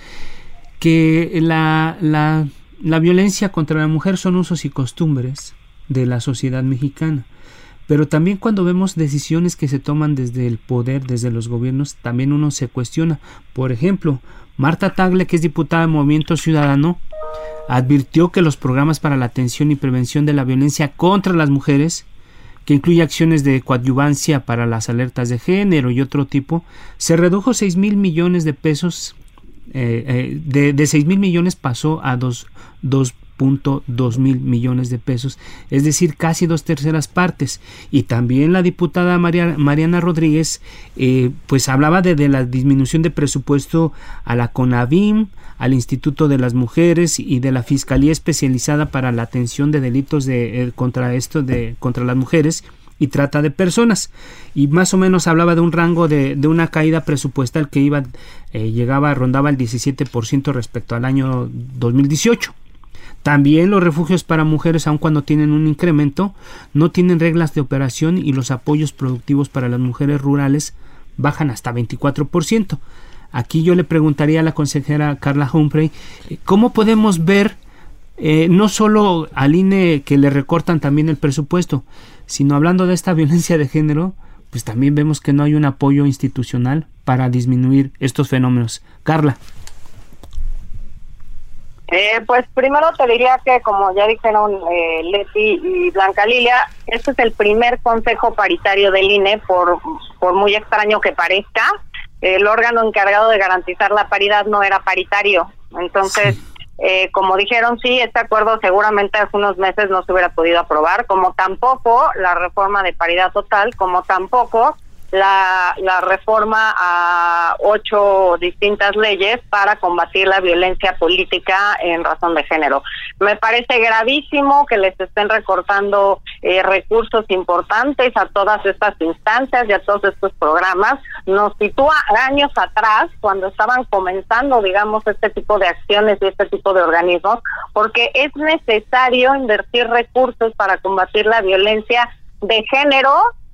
que la, la, la violencia contra la mujer son usos y costumbres de la sociedad mexicana, pero también cuando vemos decisiones que se toman desde el poder, desde los gobiernos, también uno se cuestiona. Por ejemplo, Marta Tagle, que es diputada de Movimiento Ciudadano, advirtió que los programas para la atención y prevención de la violencia contra las mujeres, que incluye acciones de coadyuvancia para las alertas de género y otro tipo, se redujo seis mil millones de pesos, eh, eh, de, de seis mil millones pasó a dos punto dos mil millones de pesos, es decir, casi dos terceras partes. Y también la diputada María, Mariana Rodríguez eh, pues hablaba de, de la disminución de presupuesto a la CONAVIM, al Instituto de las Mujeres y de la Fiscalía Especializada para la Atención de Delitos de, eh, contra esto de contra las mujeres y trata de personas, y más o menos hablaba de un rango de, de una caída presupuestal que iba eh, llegaba rondaba el diecisiete por ciento respecto al año dos mil dieciocho. También los refugios para mujeres, aun cuando tienen un incremento, no tienen reglas de operación, y los apoyos productivos para las mujeres rurales bajan hasta veinticuatro por ciento. Aquí yo le preguntaría a la consejera Carla Humphrey, ¿cómo podemos ver eh, no solo al I N E que le recortan también el presupuesto, sino hablando de esta violencia de género, pues también vemos que no hay un apoyo institucional para disminuir estos fenómenos? Carla. Eh, pues primero te diría que, como ya dijeron eh, Leti y Blanca Lilia, este es el primer consejo paritario del I N E, por, por muy extraño que parezca. El órgano encargado de garantizar la paridad no era paritario. Entonces, eh, como dijeron, sí, este acuerdo seguramente hace unos meses no se hubiera podido aprobar, como tampoco la reforma de paridad total, como tampoco la, la reforma a ocho distintas leyes para combatir la violencia política en razón de género. Me parece gravísimo que les estén recortando eh, recursos importantes a todas estas instancias y a todos estos programas. Nos sitúa años atrás, cuando estaban comenzando, digamos, este tipo de acciones y este tipo de organismos, porque es necesario invertir recursos para combatir la violencia de género,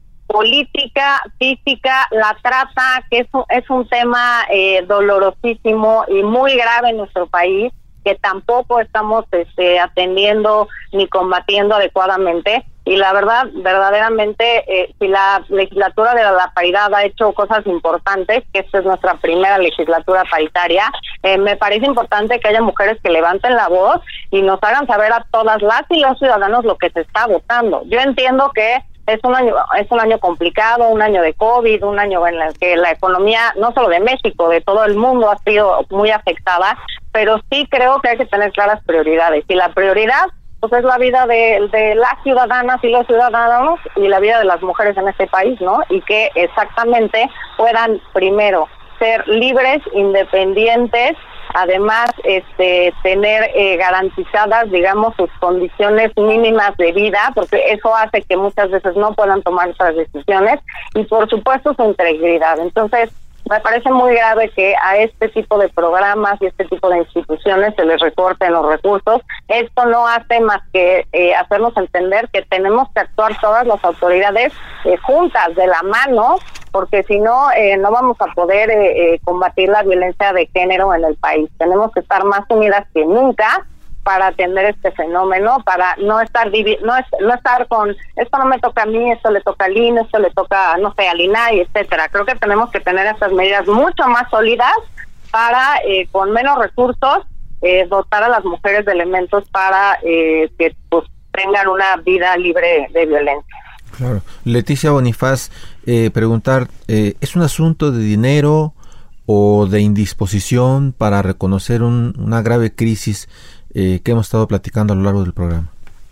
política, física, la trata, que es un, es un tema eh, dolorosísimo y muy grave en nuestro país, que tampoco estamos este, atendiendo ni combatiendo adecuadamente. Y la verdad, verdaderamente, eh, si la legislatura de la, la paridad ha hecho cosas importantes, que esta es nuestra primera legislatura paritaria, eh, me parece importante que haya mujeres que levanten la voz y nos hagan saber a todas las y los ciudadanos lo que se está votando. Yo entiendo que es un año es un año complicado, un año de COVID, un año en el que la economía, no solo de México, de todo el mundo ha sido muy afectada, pero sí creo que hay que tener claras prioridades. Y la prioridad, pues, es la vida de, de las ciudadanas y los ciudadanos y la vida de las mujeres en este país, ¿no? Y que exactamente puedan, primero, ser libres, independientes, además este tener eh, garantizadas, digamos, sus condiciones mínimas de vida, porque eso hace que muchas veces no puedan tomar otras decisiones, y por supuesto su integridad. Entonces, me parece muy grave que a este tipo de programas y este tipo de instituciones se les recorten los recursos. Esto no hace más que eh, hacernos entender que tenemos que actuar todas las autoridades eh, juntas, de la mano, porque si no, eh, no vamos a poder eh, eh, combatir la violencia de género en el país. Tenemos que estar más unidas que nunca para atender este fenómeno, para no estar divi- no, es, no estar con esto no me toca a mí, esto le toca a Lina, esto le toca, no sé, al I N A I, etcétera. Creo que tenemos que tener estas medidas mucho más sólidas para, eh, con menos recursos, eh, dotar a las mujeres de elementos para eh, que pues tengan una vida libre de violencia. Claro. Leticia Bonifaz, eh, preguntar, eh, ¿es un asunto de dinero o de indisposición para reconocer un, una grave crisis eh, que hemos estado platicando a lo largo del programa?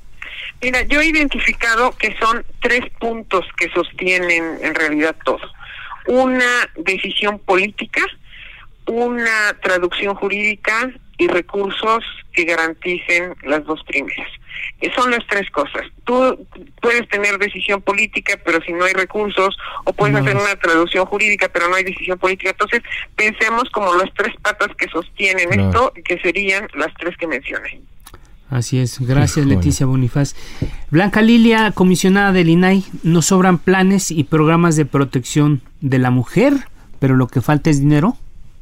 Mira, yo he identificado que son tres puntos que sostienen en realidad todo. Una decisión política, una traducción jurídica y recursos que garanticen las dos primeras. Son las tres cosas. Tú puedes tener decisión política, pero si no hay recursos, o puedes no hacer es. una traducción jurídica, pero no hay decisión política. Entonces, pensemos como las tres patas que sostienen no. esto, que serían las tres que mencioné. Así es. Gracias, Híjole. Leticia Bonifaz. Blanca Lilia, comisionada del I N A I, nos sobran planes y programas de protección de la mujer, pero lo que falta es dinero.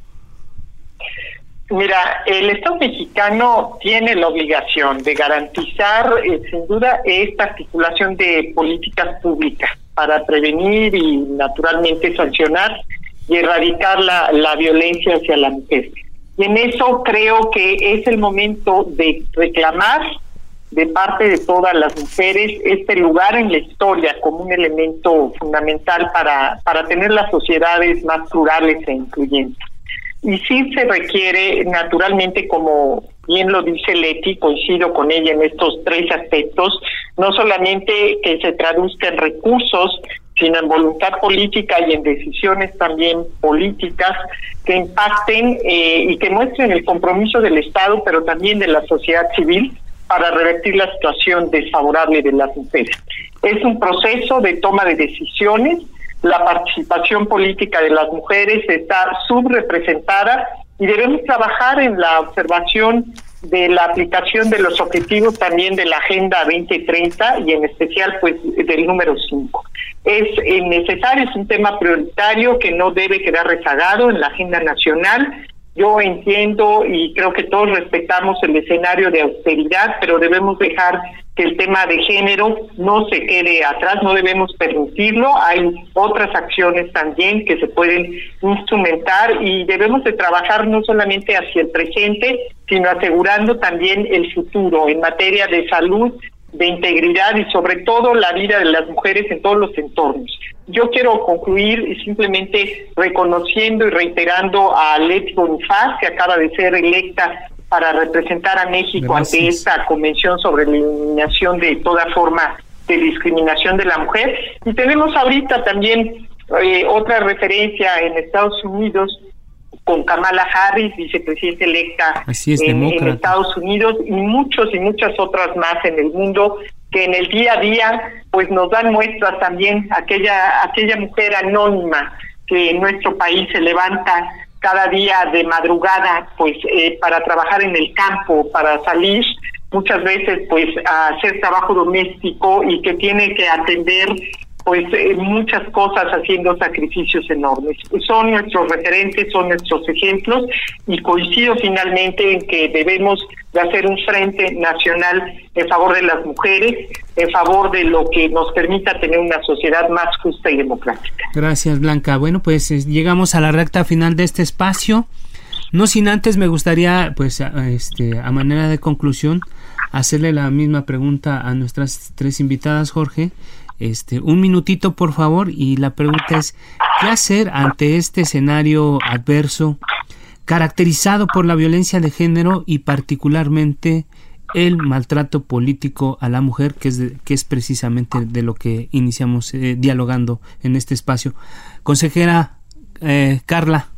Mira, el Estado mexicano tiene la obligación de garantizar, eh, sin duda, esta articulación de políticas públicas para prevenir y, naturalmente, sancionar y erradicar la, la violencia hacia la mujer. Y en eso creo que es el momento de reclamar de parte de todas las mujeres este lugar en la historia como un elemento fundamental para, para tener las sociedades más plurales e incluyentes. Y sí se requiere, naturalmente, como bien lo dice Leti, coincido con ella en estos tres aspectos, no solamente que se traduzca en recursos, sino en voluntad política y en decisiones también políticas que impacten eh, y que muestren el compromiso del Estado, pero también de la sociedad civil, para revertir la situación desfavorable de las mujeres. Es un proceso de toma de decisiones. La participación política de las mujeres está subrepresentada y debemos trabajar en la observación de la aplicación de los objetivos también de la Agenda veinte treinta y en especial pues del número cinco. Es necesario, es un tema prioritario que no debe quedar rezagado en la agenda nacional Yo entiendo y creo que todos respetamos el escenario de austeridad, pero debemos dejar que el tema de género no se quede atrás, no debemos permitirlo. Hay otras acciones también que se pueden instrumentar y debemos de trabajar no solamente hacia el presente, sino asegurando también el futuro en materia de salud, de integridad y sobre todo la vida de las mujeres en todos los entornos. Yo quiero concluir simplemente reconociendo y reiterando a Leti Bonifaz, que acaba de ser electa para representar a México Gracias. ante esta convención sobre la eliminación de toda forma de discriminación de la mujer. Y tenemos ahorita también eh, otra referencia en Estados Unidos con Kamala Harris, vicepresidenta electa Así es, en, en Estados Unidos, y muchos y muchas otras más en el mundo que en el día a día pues nos dan muestras también aquella aquella mujer anónima que en nuestro país se levanta cada día de madrugada pues eh, para trabajar en el campo, para salir muchas veces pues a hacer trabajo doméstico y que tiene que atender pues eh, muchas cosas haciendo sacrificios enormes. Son nuestros referentes, son nuestros ejemplos y coincido finalmente en que debemos de hacer un frente nacional en favor de las mujeres, en favor de lo que nos permita tener una sociedad más justa y democrática. Gracias, Blanca. Bueno, pues eh, llegamos a la recta final de este espacio. No sin antes me gustaría, pues, a, este, a manera de conclusión, hacerle la misma pregunta a nuestras tres invitadas, Jorge. Este, un minutito por favor, y la pregunta es: ¿qué hacer ante este escenario adverso caracterizado por la violencia de género y particularmente el maltrato político a la mujer, que es, de, que es precisamente de lo que iniciamos eh, dialogando en este espacio? Consejera eh, Carla.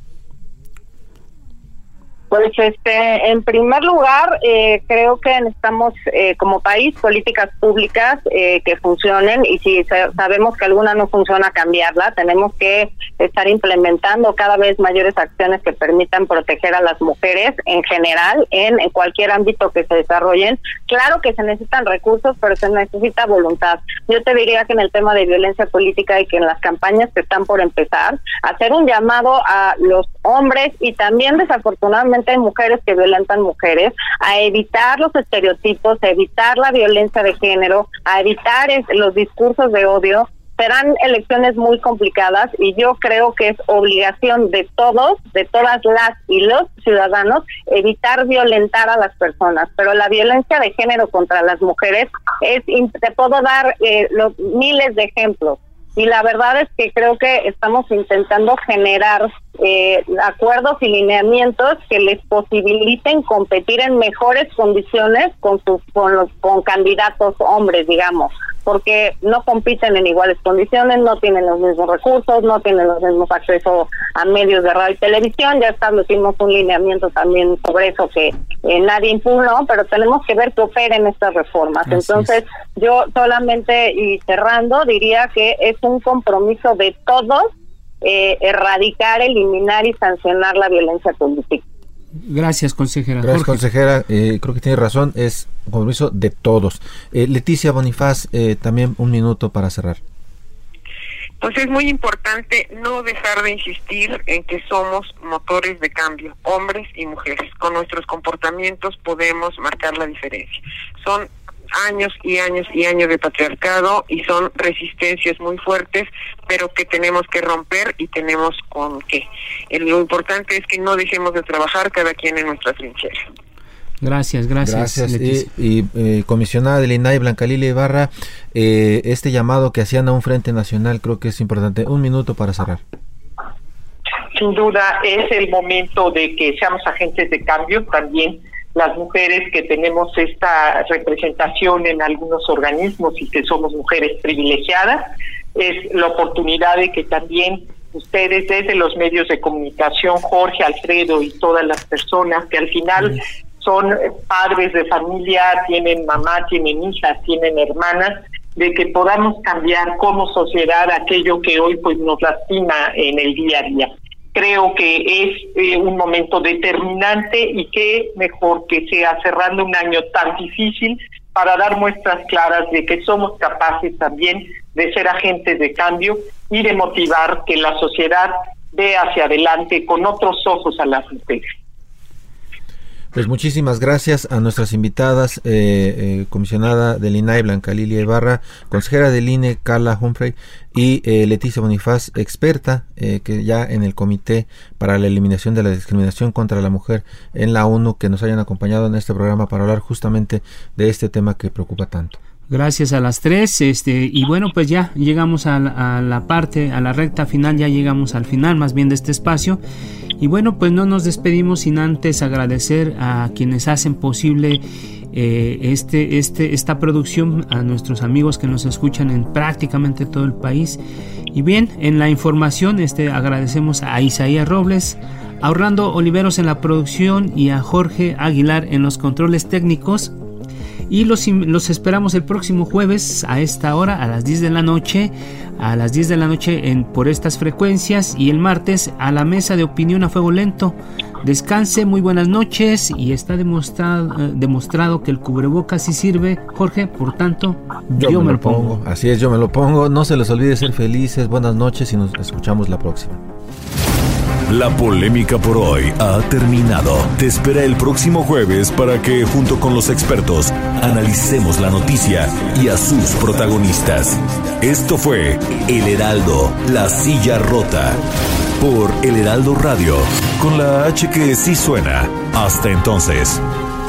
Pues este, en primer lugar, eh, creo que necesitamos eh, como país políticas públicas eh, que funcionen, y si sabemos que alguna no funciona, cambiarla. Tenemos que estar implementando cada vez mayores acciones que permitan proteger a las mujeres en general, en, en cualquier ámbito que se desarrollen. Claro que se necesitan recursos, pero se necesita voluntad. Yo te diría que en el tema de violencia política y que en las campañas que están por empezar, hacer un llamado a los hombres y también desafortunadamente hay mujeres que violentan mujeres, a evitar los estereotipos, a evitar la violencia de género, a evitar es, los discursos de odio. Serán elecciones muy complicadas y yo creo que es obligación de todos, de todas las y los ciudadanos, evitar violentar a las personas. Pero la violencia de género contra las mujeres es, te puedo dar eh, los miles de ejemplos. Y la verdad es que creo que estamos intentando generar eh, acuerdos y lineamientos que les posibiliten competir en mejores condiciones con sus con los con candidatos hombres, digamos, porque no compiten en iguales condiciones, no tienen los mismos recursos, no tienen los mismos accesos a medios de radio y televisión. Ya establecimos un lineamiento también sobre eso que eh, nadie impugnó, pero tenemos que ver que operen estas reformas. Así Entonces, es. yo solamente, y cerrando, diría que es un compromiso de todos eh, erradicar, eliminar y sancionar la violencia política. Gracias, consejera. Gracias, Jorge. consejera. Eh, creo que tiene razón, es un compromiso de todos. Eh, Leticia Bonifaz, eh, también un minuto para cerrar. Pues es muy importante no dejar de insistir en que somos motores de cambio, hombres y mujeres. Con nuestros comportamientos podemos marcar la diferencia. Son años y años y años de patriarcado y son resistencias muy fuertes, pero que tenemos que romper y tenemos con qué. Lo importante es que no dejemos de trabajar cada quien en nuestra trinchera. Gracias, gracias. Gracias. Y, y eh, comisionada del I N A I, Blanca Lilia Ibarra, eh, este llamado que hacían a un frente nacional creo que es importante. Un minuto para cerrar. Sin duda es el momento de que seamos agentes de cambio también. Las mujeres que tenemos esta representación en algunos organismos y que somos mujeres privilegiadas, es la oportunidad de que también ustedes desde los medios de comunicación, Jorge, Alfredo y todas las personas que al final son padres de familia, tienen mamá, tienen hijas, tienen hermanas, de que podamos cambiar como sociedad aquello que hoy pues nos lastima en el día a día. Creo que es eh, un momento determinante y qué mejor que sea cerrando un año tan difícil para dar muestras claras de que somos capaces también de ser agentes de cambio y de motivar que la sociedad ve hacia adelante con otros ojos a las mujeres. Pues muchísimas gracias a nuestras invitadas, eh, eh, comisionada del I N A I, Blanca Lilia Ibarra, consejera del I N E, Carla Humphrey, y eh, Leticia Bonifaz, experta, eh, que ya en el Comité para la Eliminación de la Discriminación contra la Mujer en la ONU, que nos hayan acompañado en este programa para hablar justamente de este tema que preocupa tanto. Gracias a las tres, este, y bueno, pues ya llegamos a la, a la parte, a la recta final, ya llegamos al final más bien de este espacio, y bueno, pues no nos despedimos sin antes agradecer a quienes hacen posible eh, este, este, esta producción, a nuestros amigos que nos escuchan en prácticamente todo el país. Y bien, en la información, este, agradecemos a Isaías Robles, a Orlando Oliveros en la producción y a Jorge Aguilar en los controles técnicos. Y los, los esperamos el próximo jueves a esta hora, a las diez de la noche, a las diez de la noche en, por estas frecuencias, y el martes a la mesa de opinión a fuego lento. Descanse, muy buenas noches, y está demostrado, eh, demostrado que el cubrebocas sí sirve, Jorge, por tanto, yo, yo me, me lo pongo. pongo. Así es, yo me lo pongo. No se les olvide ser felices, buenas noches y nos escuchamos la próxima. La polémica por hoy ha terminado. Te espera el próximo jueves para que, junto con los expertos, analicemos la noticia y a sus protagonistas. Esto fue El Heraldo, la silla rota, por El Heraldo Radio, con la H que sí suena. Hasta entonces.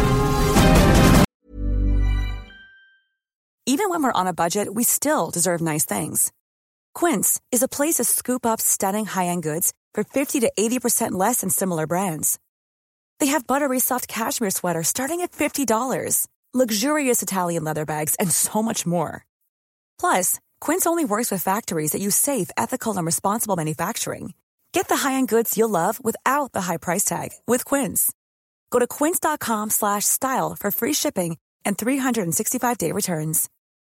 Even when we're on a budget, we still deserve nice things. Quince is a place to scoop up stunning high-end goods for fifty to eighty percent less than similar brands. They have buttery soft cashmere sweaters starting at fifty dollars, luxurious Italian leather bags, and so much more. Plus, Quince only works with factories that use safe, ethical, and responsible manufacturing. Get the high-end goods you'll love without the high price tag with Quince. Go to quince.com slash style for free shipping and three sixty-five day returns.